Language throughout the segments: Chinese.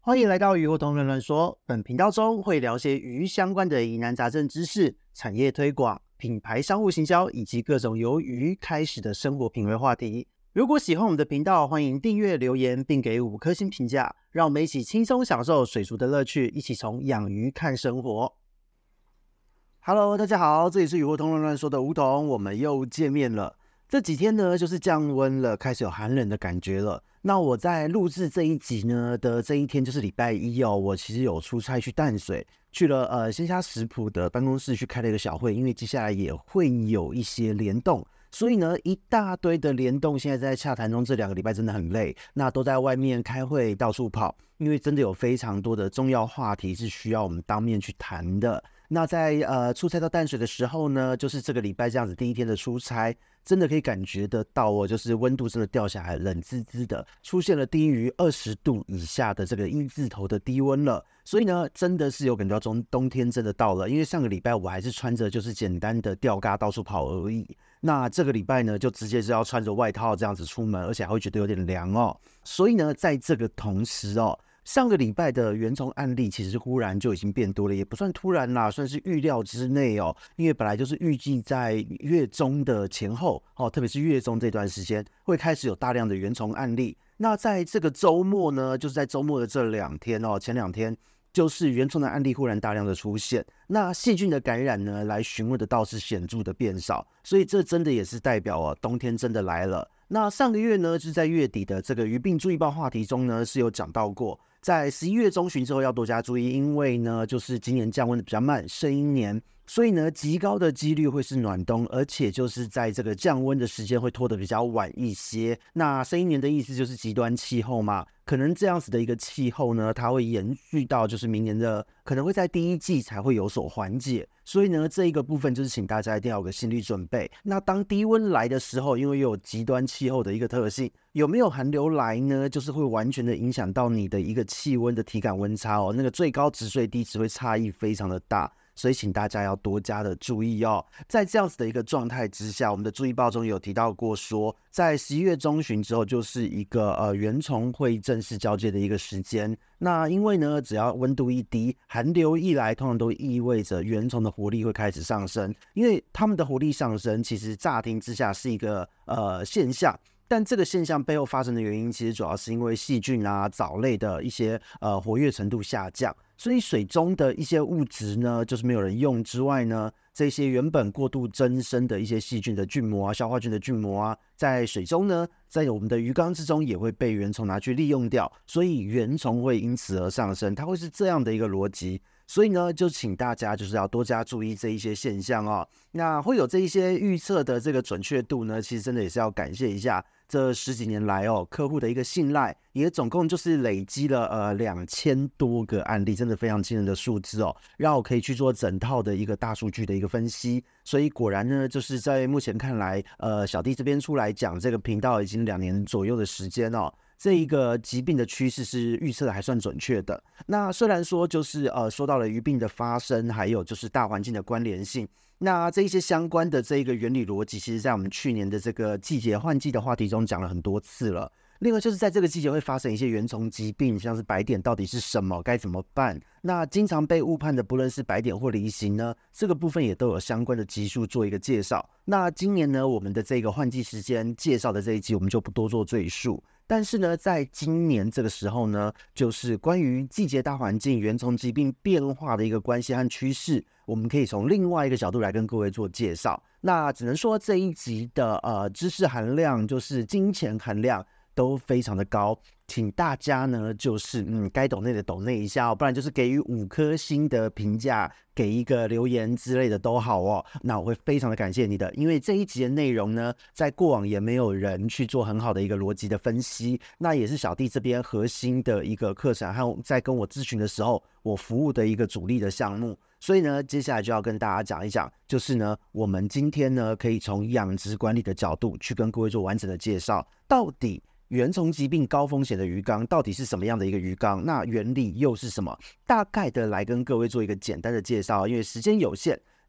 欢迎来到鱼活通乱乱说，本频道中会聊些鱼相关的疑难杂症知识、产业推广、品牌商务行销以及各种由鱼开始的生活品味话题。如果喜欢我们的频道，欢迎订阅、留言并给5颗星评价，让我们一起轻松享受水族的乐趣，一起从养鱼看生活。Hello， 大家好，这里是鱼活通乱乱说的吴董，我们又见面了。这几天呢，就是降温了，开始有寒冷的感觉了。那我在录制这一集呢的这一天，就是礼拜一哦，我其实有出差去淡水，去了鲜虾食谱的办公室去开了一个小会，因为接下来也会有一些联动。所以呢，一大堆的联动，现在在洽谈中，这2个礼拜真的很累，那都在外面开会，到处跑，因为真的有非常多的重要话题是需要我们当面去谈的。那在出差到淡水的时候呢，就是这个礼拜这样子第一天的出差，真的可以感觉得到哦，就是温度真的掉下来，冷滋滋的，出现了低于20度以下的这个1字头的低温了。所以呢，真的是有感觉到冬天真的到了，因为上个礼拜我还是穿着就是简单的吊嘎到处跑而已。那这个礼拜呢，就直接是要穿着外套这样子出门，而且还会觉得有点凉哦。所以呢，在这个同时哦，上个礼拜的原虫案例其实忽然就已经变多了，也不算突然啦，算是预料之内哦。因为本来就是预计在月中的前后哦，特别是月中这段时间会开始有大量的原虫案例。那在这个周末呢，就是在周末的这2天哦，前2天就是原虫的案例忽然大量的出现，那细菌的感染呢，来询问的倒是显著的变少，所以这真的也是代表哦，冬天真的来了。那上个月呢，就是在月底的这个鱼病注意报话题中呢，是有讲到过，在11月中旬之后要多加注意，因为呢，就是今年降温的比较慢，圣婴年，所以呢，极高的几率会是暖冬，而且就是在这个降温的时间会拖得比较晚一些。那圣婴年的意思就是极端气候嘛，可能这样子的一个气候呢，它会延续到就是明年的，可能会在第1季才会有所缓解。所以呢，这一个部分就是请大家一定要有个心理准备。那当低温来的时候，因为又有极端气候的一个特性，有没有寒流来呢？就是会完全的影响到你的一个气温的体感温差哦，那个最高值最低值会差异非常的大。所以请大家要多加的注意哦。在这样子的一个状态之下，我们的注意报中有提到过说，在11月中旬之后就是一个原虫会正式交接的一个时间。那因为呢，只要温度一低，寒流一来，通常都意味着原虫的活力会开始上升。因为它们的活力上升，其实乍听之下是一个现象。但这个现象背后发生的原因，其实主要是因为细菌啊、藻类的一些活跃程度下降，所以水中的一些物质呢，就是没有人用之外呢，这些原本过度增生的一些细菌的菌膜啊、消化菌的菌膜啊，在水中呢，在我们的鱼缸之中也会被原虫拿去利用掉，所以原虫会因此而上升，它会是这样的一个逻辑。所以呢，就请大家就是要多加注意这一些现象哦。那会有这一些预测的这个准确度呢，其实真的也是要感谢一下这10几年来哦，客户的一个信赖，也总共就是累积了2000多个案例，真的非常惊人的数字哦，让我可以去做整套的一个大数据的一个分析。所以果然呢，就是在目前看来，小弟这边出来讲这个频道已经2年左右的时间哦。这一个疾病的趋势是预测的还算准确的。那虽然说就是说到了鱼病的发生，还有就是大环境的关联性，那这一些相关的这一个原理逻辑，其实在我们去年的这个季节换季的话题中讲了很多次了。另外就是在这个季节会发生一些原虫疾病，像是白点到底是什么，该怎么办？那经常被误判的，不论是白点或梨形呢，这个部分也都有相关的集数做一个介绍。那今年呢，我们的这个换季时间介绍的这一集，我们就不多做赘述。但是呢，在今年这个时候呢，就是关于季节大环境、原虫疾病变化的一个关系和趋势，我们可以从另外一个角度来跟各位做介绍。那只能说这一集的知识含量，就是金钱含量都非常的高，请大家呢就是该抖内的抖内一下哦，不然就是给予5颗星的评价，给一个留言之类的都好哦。那我会非常的感谢你的，因为这一集的内容呢，在过往也没有人去做很好的一个逻辑的分析，那也是小弟这边核心的一个课程，和在跟我咨询的时候，我服务的一个主力的项目。所以呢，接下来就要跟大家讲一讲，就是呢，我们今天呢，可以从养殖管理的角度去跟各位做完整的介绍，到底原虫疾病高风险的鱼缸到底是什么样的一个鱼缸？那原理又是什么？大概的来跟各位做一个简单的介绍，因为时间有限。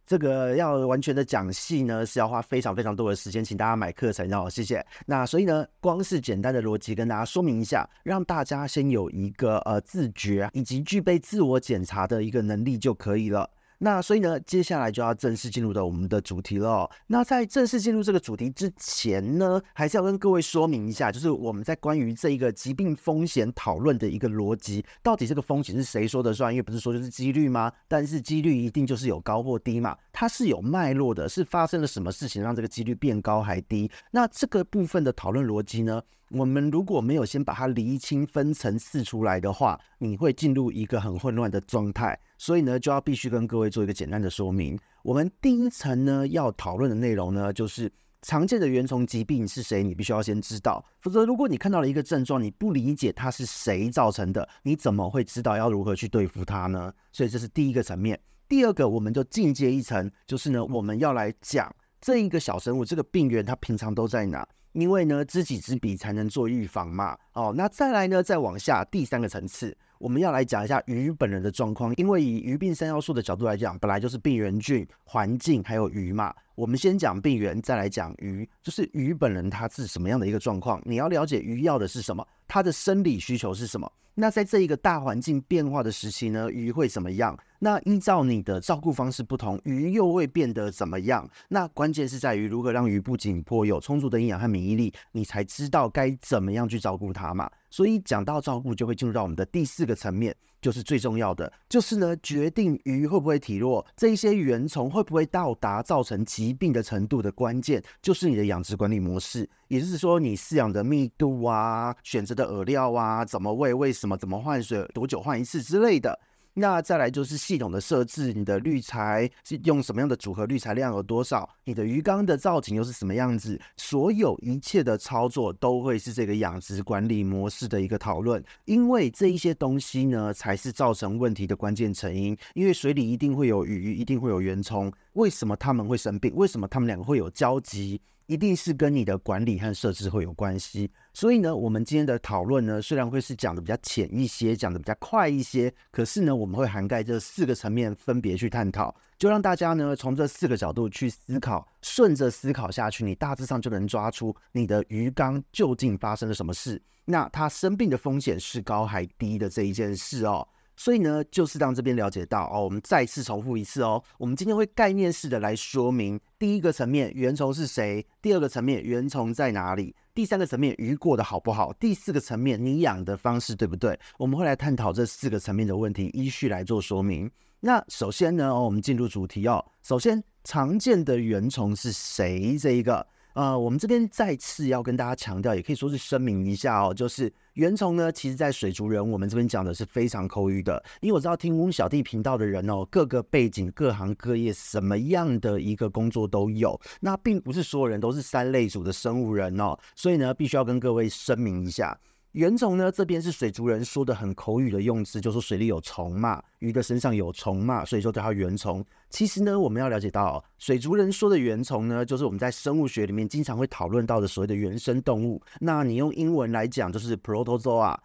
这个要完全的讲细呢，是要花非常非常多的时间，请大家买课程哦，谢谢。那所以呢，光是简单的逻辑跟大家说明一下，让大家先有一个自觉以及具备自我检查的一个能力就可以了。那所以呢，接下来就要正式进入到我们的主题了哦。那在正式进入这个主题之前呢，还是要跟各位说明一下，就是我们在关于这一个疾病风险讨论的一个逻辑，到底这个风险是谁说的算？因为不是说就是几率吗？但是几率一定就是有高或低嘛，它是有脉络的，是发生了什么事情让这个几率变高还低？那这个部分的讨论逻辑呢，我们如果没有先把它厘清分层次出来的话，你会进入一个很混乱的状态。所以呢，就要必须跟各位做一个简单的说明。我们第一层呢要讨论的内容呢，就是常见的原虫疾病是谁，你必须要先知道。否则，如果你看到了一个症状，你不理解它是谁造成的，你怎么会知道要如何去对付它呢？所以这是第一个层面。第二个，我们就进阶一层，就是呢，我们要来讲这一个小生物，这个病原它平常都在哪？因为呢，知己知彼才能做预防嘛。那再来呢，再往下第三个层次，我们要来讲一下鱼本人的状况。因为以鱼病三要素的角度来讲，本来就是病原菌、环境还有鱼嘛。我们先讲病原，再来讲鱼，就是鱼本人它是什么样的一个状况。你要了解鱼要的是什么，它的生理需求是什么。那在这一个大环境变化的时期呢，鱼会怎么样？那依照你的照顾方式不同，鱼又会变得怎么样？那关键是在于如何让鱼不紧迫，有充足的营养和免疫力，你才知道该怎么样去照顾它嘛。所以讲到照顾，就会进入到我们的第四个层面，就是最重要的，就是呢，决定鱼会不会体弱，这一些原虫会不会到达造成疾病的程度的关键，就是你的养殖管理模式。也就是说，你饲养的密度啊，选择的饵料啊，怎么喂，为什么，怎么换水，多久换一次之类的。那再来就是系统的设置，你的滤材是用什么样的组合，滤材量有多少，你的鱼缸的造景又是什么样子，所有一切的操作都会是这个养殖管理模式的一个讨论。因为这一些东西呢，才是造成问题的关键成因。因为水里一定会有鱼，一定会有原虫，为什么他们会生病？为什么他们两个会有交集？一定是跟你的管理和设置会有关系。所以呢，我们今天的讨论呢，虽然会是讲的比较浅一些，讲的比较快一些，可是呢，我们会涵盖这四个层面分别去探讨，就让大家呢从这四个角度去思考，顺着思考下去，你大致上就能抓出你的鱼缸究竟发生了什么事，那它生病的风险是高还低的这一件事哦。所以呢，就是让这边了解到我们再次重复一次哦。我们今天会概念式的来说明第一个层面原虫是谁，第二个层面原虫在哪里，第三个层面鱼过得好不好，第四个层面你养的方式对不对？我们会来探讨这四个层面的问题，依序来做说明。那首先呢，我们进入主题哦。首先，常见的原虫是谁？这一个我们这边再次要跟大家强调，也可以说是声明一下哦，就是原虫呢，其实在水族人我们这边讲的是非常口语的，因为我知道听翁小弟频道的人哦，各个背景、各行各业，什么样的一个工作都有，那并不是所有人都是三类组的生物人哦，所以呢，必须要跟各位声明一下。原虫呢，这边是水族人说的很口语的用词，就说水里有虫嘛，鱼的身上有虫嘛，所以说叫它原虫。其实呢，我们要了解到水族人说的原虫呢，就是我们在生物学里面经常会讨论到的所谓的原生动物。那你用英文来讲，就是 protozoa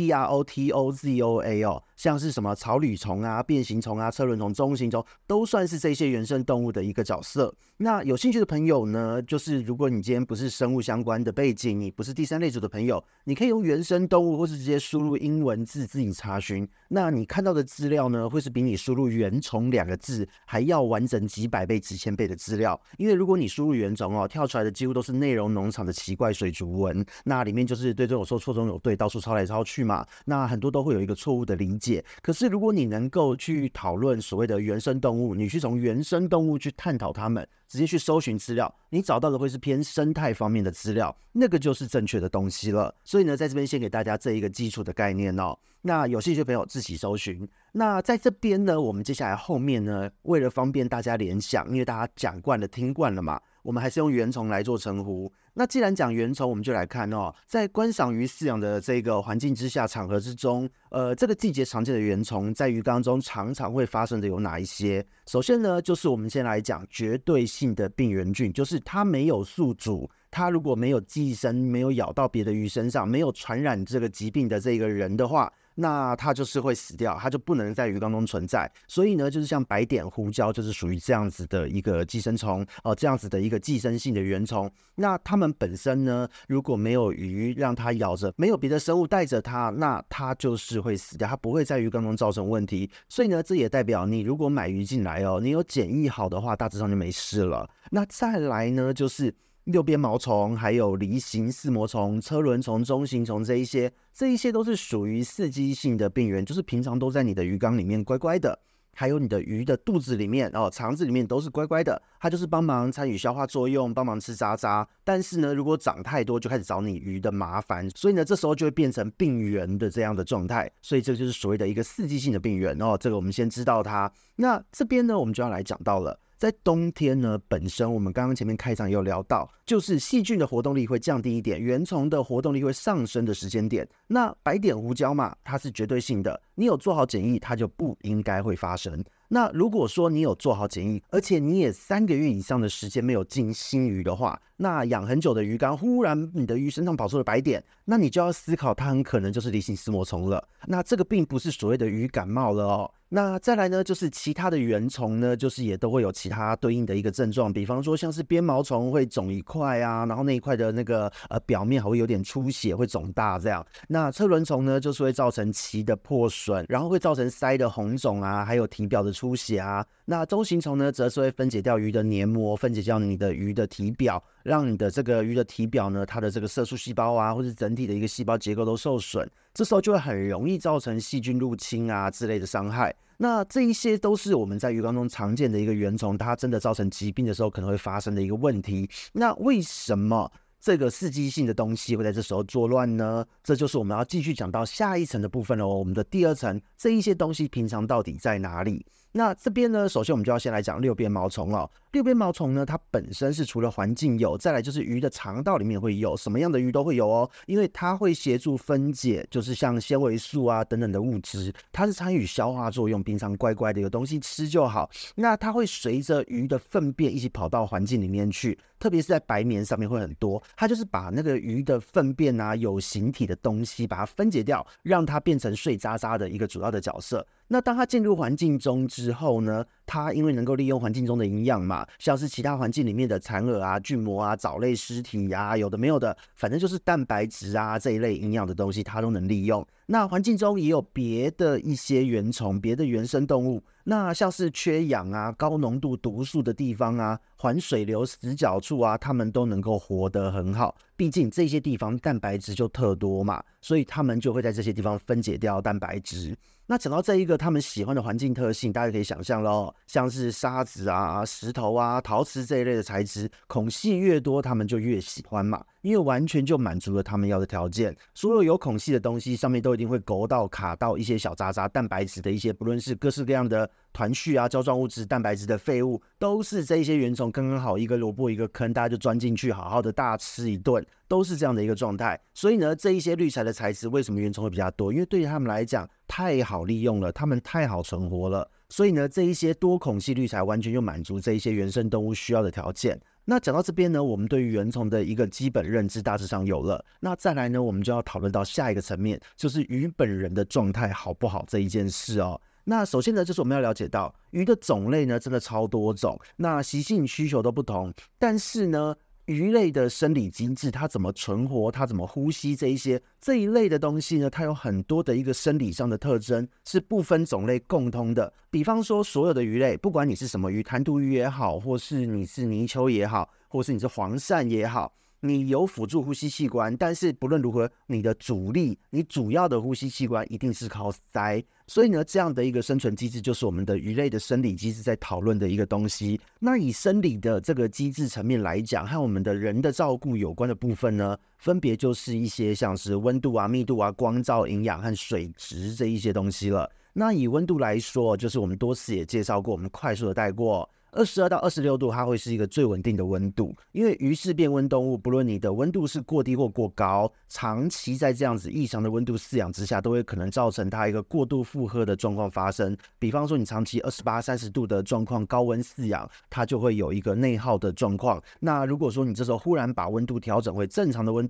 Protozoa 像是什么草履虫啊、变形虫啊、车轮虫、中型虫，都算是这些原生动物的一个角色。那有兴趣的朋友呢，就是如果你今天不是生物相关的背景，你不是第三类组的朋友，你可以用原生动物或是直接输入英文字自己查询。那你看到的资料呢，会是比你输入原虫2个字还要完整几百倍、几千倍的资料。因为如果你输入原虫跳出来的几乎都是内容农场的奇怪水族文，那里面就是对这种说错中有对，到处抄来抄去嘛，那很多都会有一个错误的理解。可是如果你能够去讨论所谓的原生动物，你去从原生动物去探讨它们，直接去搜寻资料，你找到的会是偏生态方面的资料，那个就是正确的东西了。所以呢，在这边先给大家这一个基础的概念哦。那有兴趣的朋友自己搜寻。那在这边呢，我们接下来后面呢，为了方便大家联想，因为大家讲惯了、听惯了嘛，我们还是用原虫来做称呼。那既然讲原虫，我们就来看哦，在观赏鱼饲养的这个环境之下、场合之中，这个季节常见的原虫在鱼缸中常常会发生的有哪一些？首先呢，就是我们先来讲绝对性的病原菌，就是它没有宿主，它如果没有寄生、没有咬到别的鱼身上，没有传染这个疾病的这个人的话， 那它就是会死掉，它就不能在鱼缸中存在。所以呢，就是像白点胡椒就是属于这样子的一个寄生虫这样子的一个寄生性的原虫。那它们本身呢，如果没有鱼让它咬着，没有别的生物带着它，那它就是会死掉，它不会在鱼缸中造成问题。所以呢，这也代表你如果买鱼进来你有检疫好的话，大致上就没事了。那再来呢，就是六边毛虫，还有梨形四膜虫、车轮虫、中型虫这一些都是属于刺激性的病原，就是平常都在你的鱼缸里面乖乖的。还有你的鱼的肚子里面肠子里面都是乖乖的，它就是帮忙参与消化作用，帮忙吃渣渣。但是呢，如果长太多，就开始找你鱼的麻烦，所以呢，这时候就会变成病原的这样的状态。所以这就是所谓的一个刺激性的病原这个我们先知道它。那这边呢，我们就要来讲到了。在冬天呢，本身我们刚刚前面开场也有聊到，就是细菌的活动力会降低一点，原虫的活动力会上升的时间点。那白点胡椒嘛，它是绝对性的，你有做好检疫，它就不应该会发生。那如果说你有做好检疫，而且你也3个月以上的时间没有进新鱼的话，那养很久的鱼缸，忽然你的鱼身上跑出了白点，那你就要思考，它很可能就是梨形丝膜虫了。那这个并不是所谓的鱼感冒了那再来呢，就是其他的原虫呢，就是也都会有其他对应的一个症状，比方说像是鞭毛虫会肿一块啊，然后那一块的那个表面还会有点出血，会肿大这样。那车轮虫呢，就是会造成鳍的破损，然后会造成鳃的红肿啊，还有体表的出血啊。那中型虫呢，则是会分解掉鱼的黏膜，分解掉你的鱼的体表，让你的这个鱼的体表呢，它的这个色素细胞啊，或是整体的一个细胞结构都受损，这时候就会很容易造成细菌入侵啊之类的伤害。那这一些都是我们在鱼缸中常见的一个原虫，它真的造成疾病的时候可能会发生的一个问题。那为什么这个刺激性的东西会在这时候作乱呢？这就是我们要继续讲到下一层的部分了我们的第2层，这一些东西平常到底在哪里？那这边呢，首先我们就要先来讲六边毛虫六边毛虫呢，它本身是除了环境有，再来就是鱼的肠道里面会有，什么样的鱼都会有因为它会协助分解，就是像纤维素啊等等的物质，它是参与消化作用，平常乖乖的有东西吃就好。那它会随着鱼的粪便一起跑到环境里面去，特别是在白棉上面会很多，它就是把那个鱼的粪便啊有形体的东西把它分解掉，让它变成碎渣渣的一个主要的角色。那当它进入环境中之后呢，它因为能够利用环境中的营养嘛，像是其他环境里面的蚕蛾啊、菌膜啊、藻类尸体啊，有的没有的，反正就是蛋白质啊这一类营养的东西，它都能利用。那环境中也有别的一些原虫、别的原生动物，那像是缺氧啊、高浓度毒素的地方啊、环水流死角处啊，它们都能够活得很好。毕竟这些地方蛋白质就特多嘛，所以它们就会在这些地方分解掉蛋白质。那讲到这一个他们喜欢的环境特性，大家可以想象咯，像是沙子啊、石头啊、陶瓷这一类的材质，孔隙越多他们就越喜欢嘛，因为完全就满足了他们要的条件。所有有孔隙的东西上面都一定会勾到卡到一些小渣渣，蛋白质的一些不论是各式各样的团絮啊、胶状物质、蛋白质的废物，都是这一些原虫刚刚好一个萝卜一个坑，大家就钻进去好好的大吃一顿，都是这样的一个状态。所以呢，这一些滤材的材质为什么原虫会比较多？因为对于他们来讲太好利用了，他们太好存活了，所以呢，这一些多孔隙滤材完全就满足这一些原生动物需要的条件。那讲到这边呢，我们对于原虫的一个基本认知大致上有了。那再来呢，我们就要讨论到下一个层面，就是鱼本人的状态好不好这一件事那首先呢，就是我们要了解到鱼的种类呢真的超多种，那习性需求都不同，但是呢鱼类的生理机制，它怎么存活，它怎么呼吸，这一类的东西呢，它有很多的一个生理上的特征是不分种类共通的。比方说所有的鱼类，不管你是什么鱼，弹涂鱼也好，或是你是泥鳅也好，或是你是黄鳝也好，你有辅助呼吸器官，但是不论如何，你的主力，你主要的呼吸器官一定是靠鳃。所以呢，这样的一个生存机制就是我们的鱼类的生理机制在讨论的一个东西。那以生理的这个机制层面来讲，和我们的人的照顾有关的部分呢，分别就是一些像是温度啊、密度啊、光照、营养和水质这一些东西了。那以温度来说，就是我们多次也介绍过，我们快速的带过22到26度，它会是一个最稳定的温度。因为鱼是变温动物，不论你的温度是过低或过高，长期在这样子异常的温度饲养之下，都会可能造成它一个过度负荷的状况发生。比方说你长期28、30度的状况高温饲养，它就会有一个内耗的状况。那如果说你这时候忽然把温度调整回正常的温度，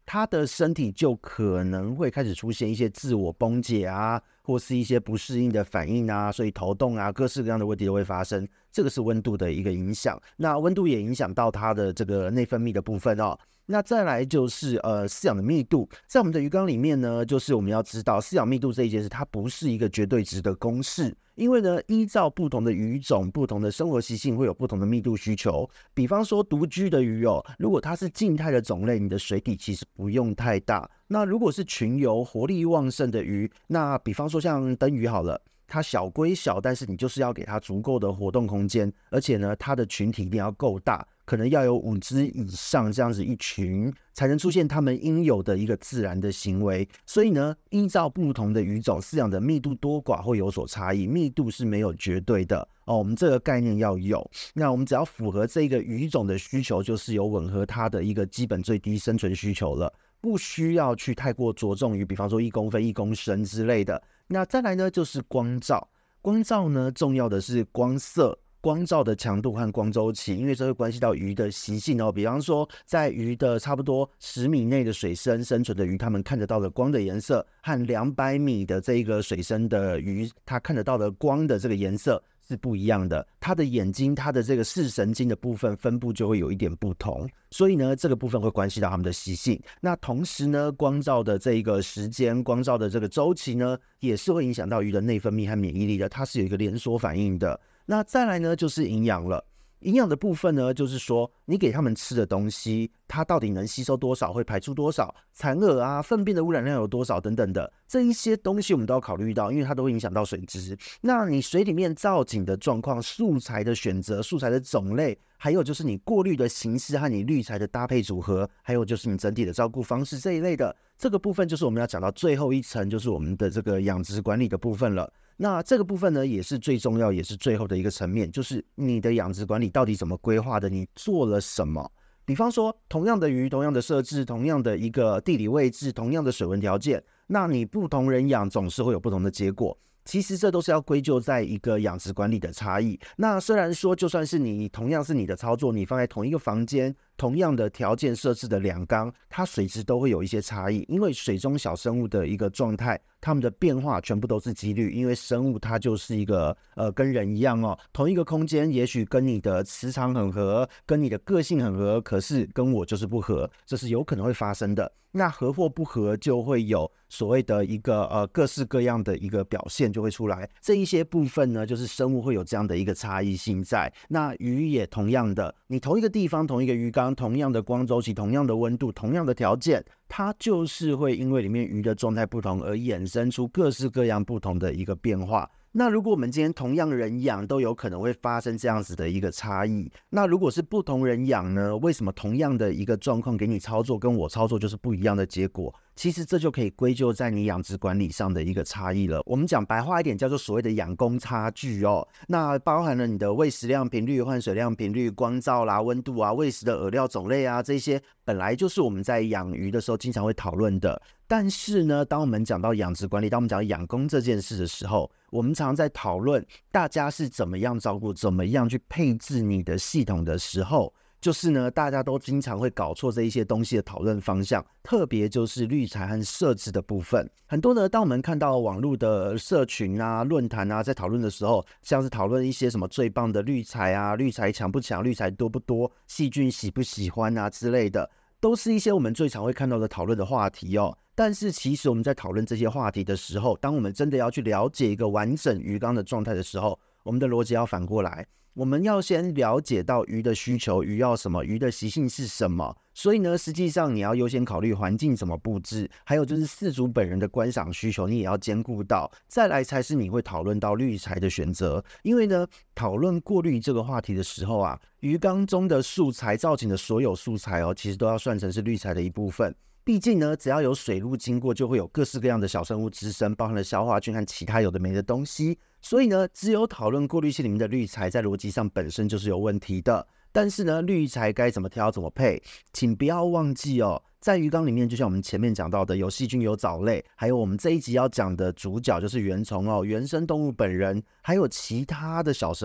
它的身体就可能会开始出现一些自我崩解啊，或是一些不适应的反应啊，所以头痛啊，各式各样的问题都会发生。这个是温度的一个影响，那温度也影响到它的这个内分泌的部分哦。那再来就是饲养的密度，在我们的鱼缸里面呢，就是我们要知道饲养密度这一件事，它不是一个绝对值的公式，因为呢，依照不同的鱼种、不同的生活习性，会有不同的密度需求。比方说独居的鱼哦，如果它是静态的种类，你的水体其实不用太大。那如果是群游、活力旺盛的鱼，那比方说像灯鱼好了。它小归小，但是你就是要给它足够的活动空间，而且呢，它的群体一定要够大，可能要有5只以上这样子一群，才能出现它们应有的一个自然的行为。所以呢，依照不同的鱼种饲养的密度多寡会有所差异，密度是没有绝对的哦。我们这个概念要有，那我们只要符合这个鱼种的需求，就是有吻合它的一个基本最低生存需求了。不需要去太过着重于比方说1公分、1公升之类的。那再来呢，就是光照。光照呢，重要的是光色、光照的强度和光周期，因为这会关系到鱼的习性哦。比方说，在鱼的差不多10米内的水深生存的鱼，它们看得到的光的颜色，和200米的这个水深的鱼，它看得到的光的这个颜色是不一样的。它的眼睛，它的这个视神经的部分分布就会有一点不同，所以呢，这个部分会关系到它们的习性。那同时呢，光照的这一个时间，光照的这个周期呢，也是会影响到鱼的内分泌和免疫力的，它是有一个连锁反应的。那再来呢，就是营养了。营养的部分呢，就是说你给他们吃的东西，它到底能吸收多少，会排出多少，残饵啊、粪便的污染量有多少等等的，这一些东西我们都要考虑到，因为它都会影响到水质。那你水里面造景的状况、素材的选择、素材的种类，还有就是你过滤的形式和你滤材的搭配组合，还有就是你整体的照顾方式这一类的，这个部分就是我们要讲到最后一层，就是我们的这个养殖管理的部分了。那这个部分呢，也是最重要，也是最后的一个层面，就是你的养殖管理到底怎么规划的，你做了什么。比方说，同样的鱼、同样的设置、同样的一个地理位置、同样的水温条件，那你不同人养总是会有不同的结果。其实这都是要归咎在一个养殖管理的差异。那虽然说，就算是你同样是你的操作，你放在同一个房间，同样的条件设置的2缸，它水质都会有一些差异，因为水中小生物的一个状态，它们的变化全部都是几率，因为生物它就是一个跟人一样哦，同一个空间也许跟你的磁场很合，跟你的个性很合，可是跟我就是不合，这是有可能会发生的。那合或不合就会有所谓的一个各式各样的一个表现就会出来，这一些部分呢，就是生物会有这样的一个差异性在。那鱼也同样的，你同一个地方、同一个鱼缸、同样的光周期、同样的温度、同样的条件，它就是会因为里面鱼的状态不同而衍生出各式各样不同的一个变化。那如果我们今天同样人养都有可能会发生这样子的一个差异，那如果是不同人养呢，为什么同样的一个状况给你操作跟我操作就是不一样的结果？其实这就可以归咎在你养殖管理上的一个差异了。我们讲白话一点，叫做所谓的养工差距哦。那包含了你的喂食量频率、换水量频率、光照啦、温度啊、喂食的饵料种类啊，这些本来就是我们在养鱼的时候经常会讨论的。但是呢，当我们讲到养殖管理，当我们讲到养工这件事的时候，我们常常在讨论大家是怎么样照顾、怎么样去配置你的系统的时候，就是呢，大家都经常会搞错这一些东西的讨论方向，特别就是滤材和设置的部分。很多呢，当我们看到网络的社群啊、论坛啊，在讨论的时候，像是讨论一些什么最棒的滤材啊、滤材强不强、滤材多不多、细菌喜不喜欢啊之类的，都是一些我们最常会看到的讨论的话题哦。但是其实我们在讨论这些话题的时候，当我们真的要去了解一个完整鱼缸的状态的时候，我们的逻辑要反过来，我们要先了解到鱼的需求，鱼要什么，鱼的习性是什么。所以呢，实际上你要优先考虑环境怎么布置，还有就是饲主本人的观赏需求，你也要兼顾到。再来才是你会讨论到滤材的选择。因为呢，讨论过滤这个话题的时候啊，鱼缸中的素材造景的所有素材哦，其实都要算成是滤材的一部分。毕竟呢，只要有水路经过，就会有各式各样的小生物滋生，包含了消化菌和其他有的没的东西。所以呢，只有讨论过滤器里面的滤材，在逻辑上本身就是有问题的。但是呢，滤材该怎么挑、怎么配，请不要忘记哦，在鱼缸里面，就像我们前面讲到的，有细菌、有藻类，还有我们这一集要讲的主角就是原虫哦，原生动物本人，还有其他的小生物。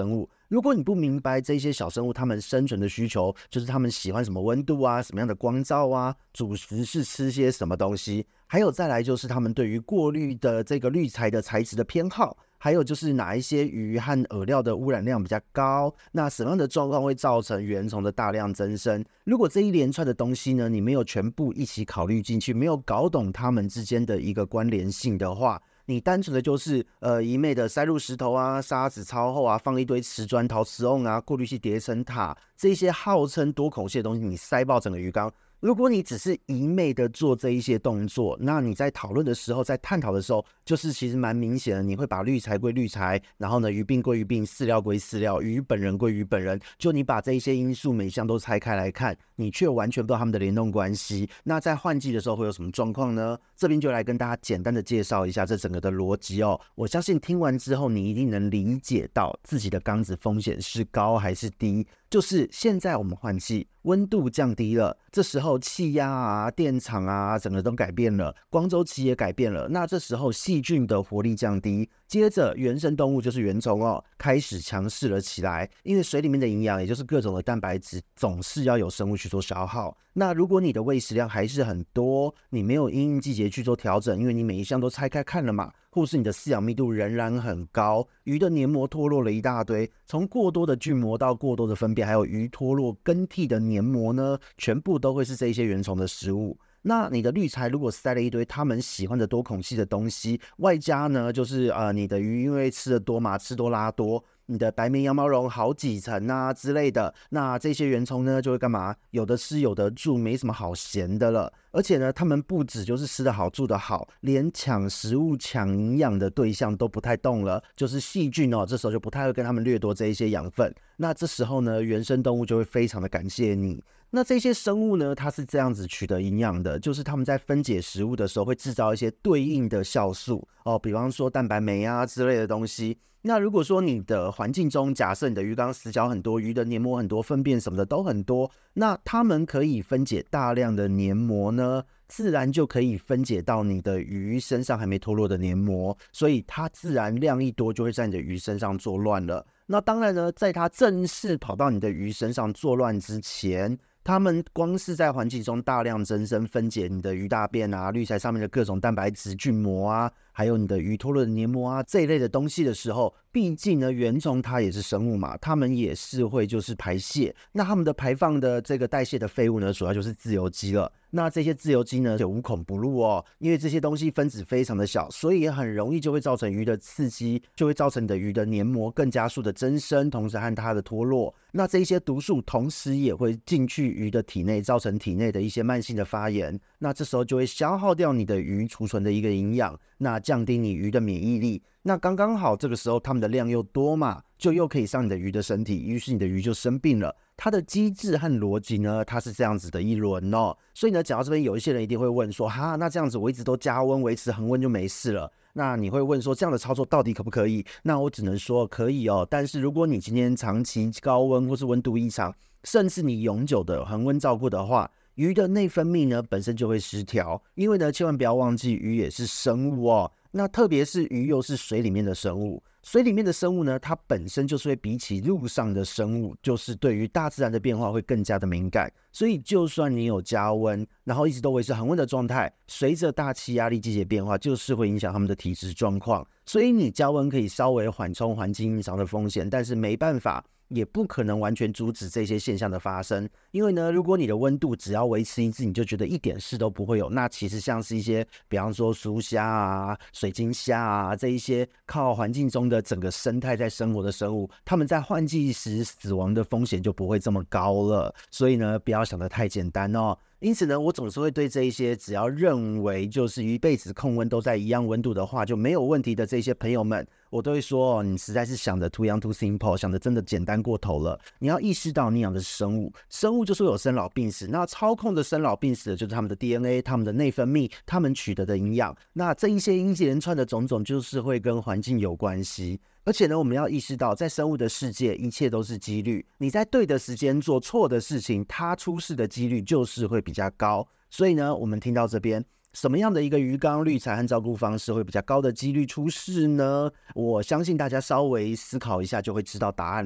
如果你不明白这些小生物它们生存的需求，就是它们喜欢什么温度啊，什么样的光照啊，主食是吃些什么东西，还有再来就是它们对于过滤的这个滤材的材质的偏好，还有就是哪一些鱼和饵料的污染量比较高，那什么样的状况会造成原虫的大量增生。如果这一连串的东西呢，你没有全部一起考虑进去，没有搞懂它们之间的一个关联性的话，你单纯的就是一昧的塞入石头啊、沙子超厚啊、放一堆瓷砖、陶瓷瓮啊、过滤器叠成塔，这些号称多孔隙的东西，你塞爆整个鱼缸。如果你只是一昧的做这一些动作，那你在讨论的时候，在探讨的时候，就是其实蛮明显的，你会把滤材归滤材，然后呢，鱼病归鱼病，饲料归饲料，鱼本人归鱼本人。就你把这一些因素每项都拆开来看，你却完全不知道他们的联动关系。那在换季的时候会有什么状况呢？这边就来跟大家简单的介绍一下这整个的逻辑哦。我相信听完之后，你一定能理解到自己的缸子风险是高还是低。就是现在我们换季，温度降低了，这时候气压啊、电场啊，整个都改变了，光周期也改变了。那这时候细菌的活力降低，接着原生动物就是原虫哦，开始强势了起来。因为水里面的营养，也就是各种的蛋白质，总是要有生物去做消耗。那如果你的喂食量还是很多，你没有因应季节去做调整，因为你每一项都拆开看了嘛，或是你的饲养密度仍然很高，鱼的黏膜脱落了一大堆，从过多的菌膜到过多的粪便，还有鱼脱落更替的黏膜呢，全部都会是这一些原虫的食物。那你的滤材如果塞了一堆他们喜欢的多孔隙的东西，外加呢就是你的鱼因为吃的多嘛，吃多拉多，你的白棉羊毛绒好几层啊之类的，那这些原虫呢就会干嘛？有的吃有的住，没什么好闲的了。而且呢，他们不止就是吃得好住得好，连抢食物抢营养的对象都不太动了，就是细菌哦，这时候就不太会跟他们掠夺这一些养分。那这时候呢，原生动物就会非常的感谢你。那这些生物呢，它是这样子取得营养的，就是他们在分解食物的时候会制造一些对应的酵素哦，比方说蛋白酶啊之类的东西。那如果说你的环境中，假设你的鱼缸死角很多，鱼的黏膜很多，粪便什么的都很多，那它们可以分解大量的黏膜呢，自然就可以分解到你的鱼身上还没脱落的黏膜，所以它自然量一多就会在你的鱼身上作乱了。那当然呢，在它正式跑到你的鱼身上作乱之前，它们光是在环境中大量增生分解你的鱼大便啊、滤材上面的各种蛋白质、菌膜啊，还有你的鱼脱落的黏膜啊这一类的东西的时候，毕竟呢原虫它也是生物嘛，它们也是会就是排泄，那它们的排放的这个代谢的废物呢，主要就是自由基了。那这些自由基呢就无孔不入哦，因为这些东西分子非常的小，所以也很容易就会造成鱼的刺激，就会造成你的鱼的黏膜更加速的增生，同时和它的脱落。那这些毒素同时也会进去鱼的体内，造成体内的一些慢性的发炎。那这时候就会消耗掉你的鱼储存的一个营养，那降低你鱼的免疫力。那刚刚好这个时候它们的量又多嘛，就又可以上你的鱼的身体，于是你的鱼就生病了。它的机制和逻辑呢，它是这样子的一轮哦。所以呢，讲到这边，有一些人一定会问说，哈，那这样子我一直都加温维持恒温就没事了。那你会问说，这样的操作到底可不可以？那我只能说可以哦。但是如果你今天长期高温或是温度异常，甚至你永久的恒温照顾的话，鱼的内分泌呢本身就会失调。因为呢，千万不要忘记，鱼也是生物哦。那特别是鱼又是水里面的生物，水里面的生物呢，它本身就是会比起陆上的生物，就是对于大自然的变化会更加的敏感。所以就算你有加温，然后一直都维持恒温的状态，随着大气压力季节变化，就是会影响它们的体质状况。所以你加温可以稍微缓冲环境异常的风险，但是没办法，也不可能完全阻止这些现象的发生。因为呢，如果你的温度只要维持一致，你就觉得一点事都不会有，那其实像是一些比方说酥虾啊、水晶虾啊这一些靠环境中的整个生态在生活的生物，它们在换季时死亡的风险就不会这么高了。所以呢，不要想得太简单哦。因此呢，我总是会对这一些只要认为就是一辈子控温都在一样温度的话就没有问题的这些朋友们，我都会说哦，你实在是想的 too young too simple， 想的真的简单过头了。你要意识到你养的是生物，生物就是会有生老病死，那操控的生老病死的就是他们的 DNA、他们的内分泌、他们取得的营养。那这一些一连串的种种，就是会跟环境有关系。而且呢，我们要意识到，在生物的世界，一切都是几率。你在对的时间做错的事情，它出事的几率就是会比较高。所以呢，我们听到这边，什么样的一个鱼缸滤材和照顾方式会比较高的几率出事呢？我相信大家稍微思考一下就会知道答案了。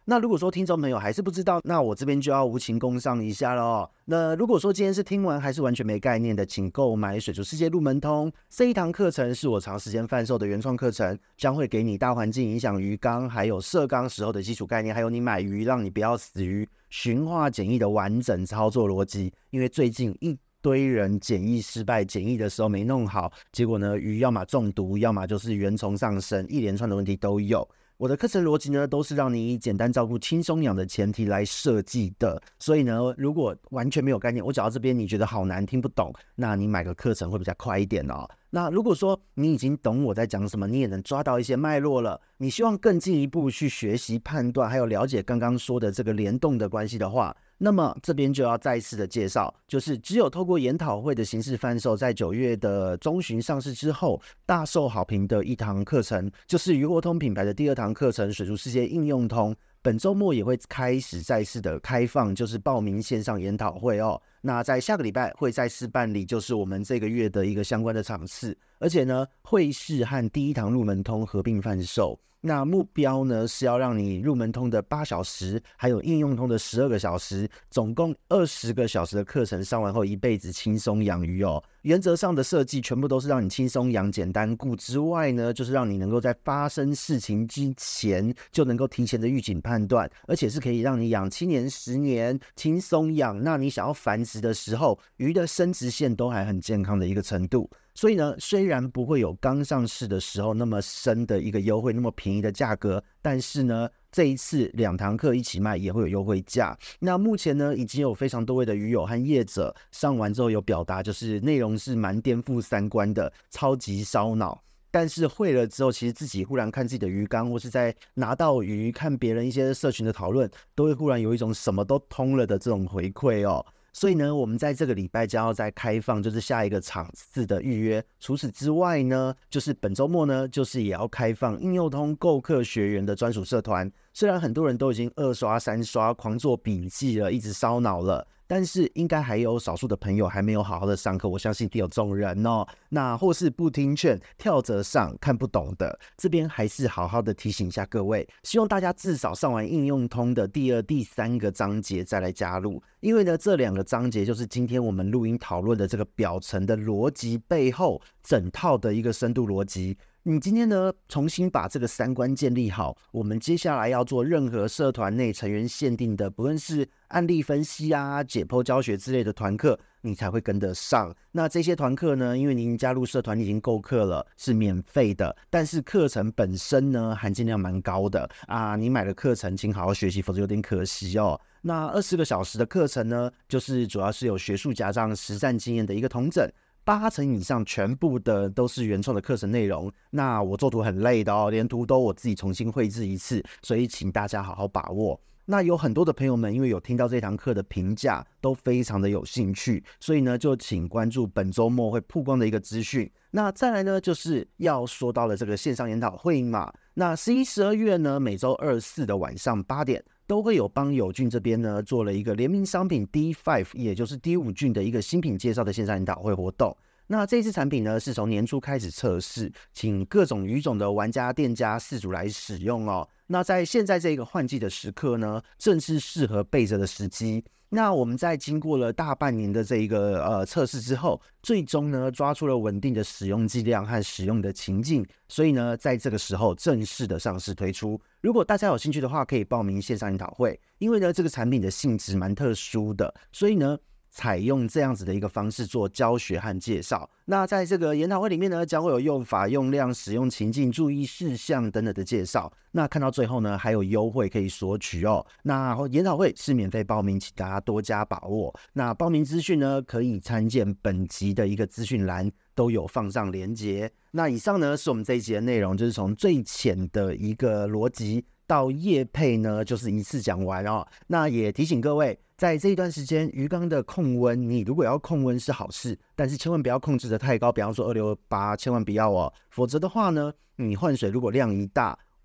那如果说听众朋友还是不知道，那我这边就要无情工商一下了哦。那如果说今天是听完还是完全没概念的，请购买水族世界入门通这一堂课程，是我长时间贩售的原创课程，将会给你大环境影响鱼缸还有涉缸时候的基础概念，还有你买鱼让你不要死鱼驯化检疫的完整操作逻辑。因为最近一堆人检疫失败，检疫的时候没弄好，结果呢鱼要么中毒，要么就是原虫上升，一连串的问题都有。我的课程逻辑呢，都是让你以简单照顾、轻松养的前提来设计的。所以呢，如果完全没有概念，我讲到这边你觉得好难听不懂，那你买个课程会比较快一点哦。那如果说你已经懂我在讲什么，你也能抓到一些脉络了，你希望更进一步去学习、判断，还有了解刚刚说的这个联动的关系的话，那么这边就要再次的介绍，就是只有透过研讨会的形式贩售，在9月的中旬上市之后，大受好评的一堂课程，就是鱼活通品牌的第2堂课程——水族世界应用通。本周末也会开始再次的开放，就是报名线上研讨会哦。那在下个礼拜会再次办理，就是我们这个月的一个相关的场次，而且呢，会是和第1堂入门通合并贩售。那目标呢是要让你入门通的8小时，还有应用通的12个小时，总共20个小时的课程上完后，一辈子轻松养鱼哦。原则上的设计全部都是让你轻松养、简单顾之外呢，就是让你能够在发生事情之前就能够提前的预警判断，而且是可以让你养7年、10年轻松养。那你想要繁殖的时候，鱼的生殖腺都还很健康的一个程度。所以呢，虽然不会有刚上市的时候那么深的一个优惠，那么便宜的价格，但是呢，这一次2堂课一起卖也会有优惠价。那目前呢，已经有非常多位的鱼友和业者上完之后有表达，就是内容是蛮颠覆3观的，超级烧脑。但是会了之后，其实自己忽然看自己的鱼缸，或是在拿到鱼看别人一些社群的讨论，都会忽然有一种什么都通了的这种回馈哦。所以呢，我们在这个礼拜将要再开放，就是下一个场次的预约。除此之外呢，就是本周末呢，就是也要开放应用通购课学员的专属社团。虽然很多人都已经2刷3刷狂做笔记了，一直烧脑了，但是应该还有少数的朋友还没有好好的上课，我相信一定有这种人哦。那或是不听劝，跳着上，看不懂的，这边还是好好的提醒一下各位，希望大家至少上完应用通的第2、第3个章节再来加入，因为呢，这2个章节就是今天我们录音讨论的这个表层的逻辑背后整套的一个深度逻辑。你今天呢，重新把这个3观建立好，我们接下来要做任何社团内成员限定的，不论是案例分析啊、解剖教学之类的团课，你才会跟得上。那这些团课呢，因为您加入社团已经购课了，是免费的，但是课程本身呢，含金量蛮高的啊。你买了课程，请好好学习，否则有点可惜哦。那20个小时的课程呢，就是主要是有学术加上实战经验的一个统整。80%以上全部的都是原创的课程内容，那我做图很累的哦，连图都我自己重新绘制一次，所以请大家好好把握。那有很多的朋友们因为有听到这堂课的评价，都非常的有兴趣，所以呢就请关注本周末会曝光的一个资讯。那再来呢，就是要说到了这个线上研讨会嘛，那11、12月呢，每周2、4的晚上8点。都会有帮友俊这边呢做了一个联名商品 D5， 也就是 D5 菌的一个新品介绍的线上研讨会活动。那这次产品呢是从年初开始测试，请各种鱼种的玩家、店家、饲主来使用哦。那在现在这个换季的时刻呢，正是适合备着的时机。那我们在经过了大半年的这一个测试之后，最终呢抓出了稳定的使用剂量和使用的情境，所以呢在这个时候正式的上市推出。如果大家有兴趣的话，可以报名线上研讨会，因为呢这个产品的性质蛮特殊的，所以呢采用这样子的一个方式做教学和介绍。那在这个研讨会里面呢，将会有用法、用量、使用情境、注意事项等等的介绍。那看到最后呢，还有优惠可以索取哦。那研讨会是免费报名，请大家多加把握。那报名资讯呢，可以参见本集的一个资讯栏，都有放上连结。那以上呢是我们这一集的内容，就是从最浅的一个逻辑到业配呢，就是一次讲完哦。那也提醒各位，在这一段时间鱼缸的控温，你如果要控温是好事，但是千万不要控制的太高，比方说268，千万不要哦，否则的话呢，你换水如果量一大，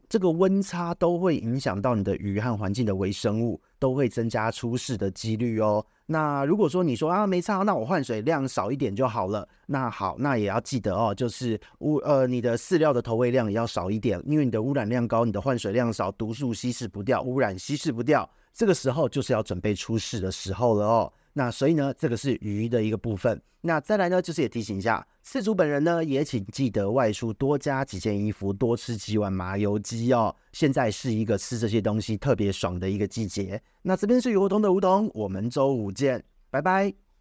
这个温差都会影响到你的鱼和环境的微生物，都会增加出事的几率哦。那如果说你说没差，那我换水量少一点就好了，那好，那也要记得哦，就是你的饲料的投喂量也要少一点，因为你的污染量高，你的换水量少，毒素稀释不掉，污染稀释不掉，这个时候就是要准备出事的时候了哦。那所以呢，这个是鱼的一个部分。那再来呢，就是也提醒一下饲主本人呢，也请记得外出多加几件衣服，多吃几碗麻油鸡哦。现在是一个吃这些东西特别爽的一个季节。那这边是鱼活通的梧桐，我们周五见，拜拜。